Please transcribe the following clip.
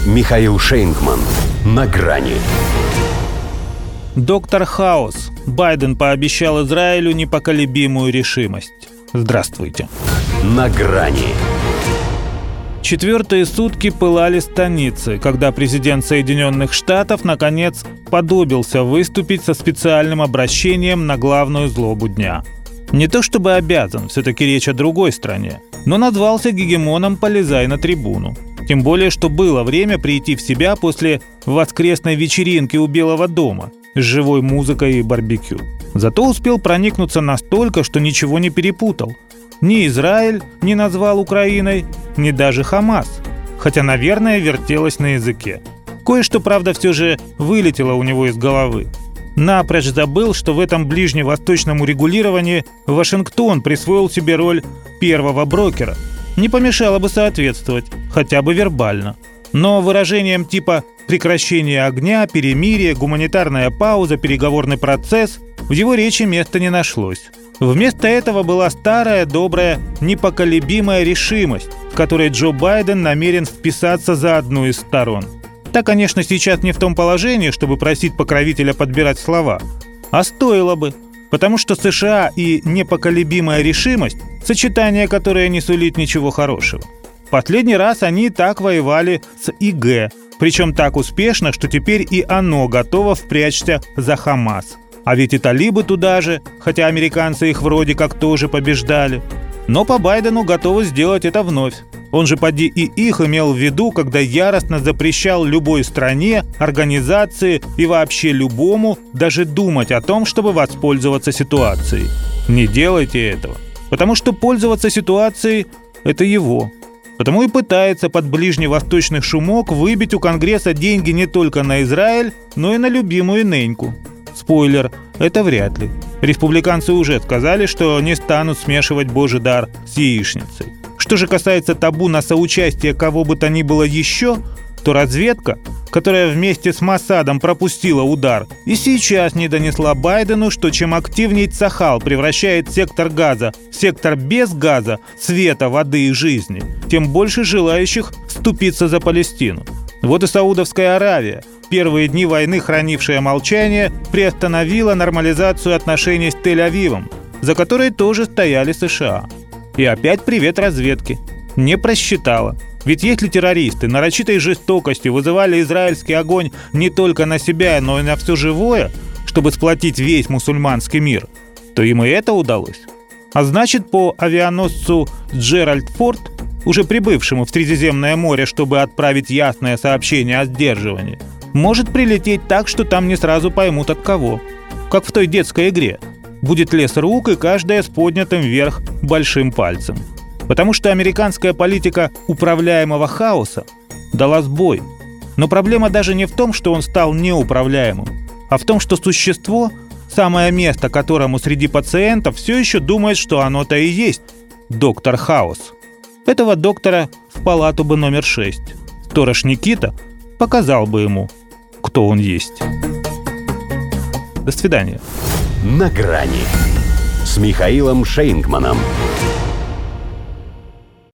Михаил Шейнгман. На грани. Доктор Хаус. Байден пообещал Израилю непоколебимую решимость. Здравствуйте. На грани. Четвертые сутки пылали станицы, когда президент Соединенных Штатов наконец подобился выступить со специальным обращением на главную злобу дня. Не то чтобы обязан, все-таки речь о другой стране, но назвался гегемоном «Полезай на трибуну». Тем более, что было время прийти в себя после воскресной вечеринки у Белого дома с живой музыкой и барбекю. Зато успел проникнуться настолько, что ничего не перепутал. Ни Израиль не назвал Украиной, ни даже Хамас. Хотя, наверное, вертелось на языке. Кое-что, правда, все же вылетело у него из головы. Напрочь забыл, что в этом ближневосточном урегулировании Вашингтон присвоил себе роль первого брокера. Не помешало бы соответствовать, хотя бы вербально. Но выражением типа «прекращение огня», «перемирие», «гуманитарная пауза», «переговорный процесс» в его речи места не нашлось. Вместо этого была старая, добрая, непоколебимая решимость, в которой Джо Байден намерен вписаться за одну из сторон. Та, конечно, сейчас не в том положении, чтобы просить покровителя подбирать слова. А стоило бы, потому что США и непоколебимая решимость – сочетание, которое не сулит ничего хорошего. Последний раз они так воевали с ИГ, причем так успешно, что теперь и оно готово впрячься за Хамас. А ведь и талибы туда же, хотя американцы их вроде как тоже побеждали. Но по Байдену готовы сделать это вновь. Он же поди и их имел в виду, когда яростно запрещал любой стране, организации и вообще любому даже думать о том, чтобы воспользоваться ситуацией. Не делайте этого, потому что пользоваться ситуацией – это его. Потому и пытается под ближневосточный шумок выбить у Конгресса деньги не только на Израиль, но и на любимую неньку. Спойлер – это вряд ли. Республиканцы уже сказали, что не станут смешивать Божий дар с яичницей. Что же касается табу на соучастие кого бы то ни было еще, то разведка, которая вместе с Моссадом пропустила удар, и сейчас не донесла Байдену, что чем активнее Цахал превращает сектор Газа в сектор без газа, света, воды и жизни, тем больше желающих вступиться за Палестину. Вот и Саудовская Аравия, первые дни войны хранившая молчание, приостановила нормализацию отношений с Тель-Авивом, за которой тоже стояли США. И опять привет разведке. Не просчитала. Ведь если террористы нарочитой жестокостью вызывали израильский огонь не только на себя, но и на все живое, чтобы сплотить весь мусульманский мир, то им и это удалось. А значит, по авианосцу Джеральд Форд, уже прибывшему в Средиземное море, чтобы отправить ясное сообщение о сдерживании, может прилететь так, что там не сразу поймут от кого. Как в той детской игре. Будет лес рук, и каждая с поднятым вверх большим пальцем. Потому что американская политика управляемого хаоса дала сбой. Но проблема даже не в том, что он стал неуправляемым, а в том, что существо, самое место которому среди пациентов, все еще думает, что оно-то и есть доктор Хаус. Этого доктора в палату бы номер 6. Сторож Никита показал бы ему, кто он есть. До свидания. На грани с Михаилом Шейнгманом.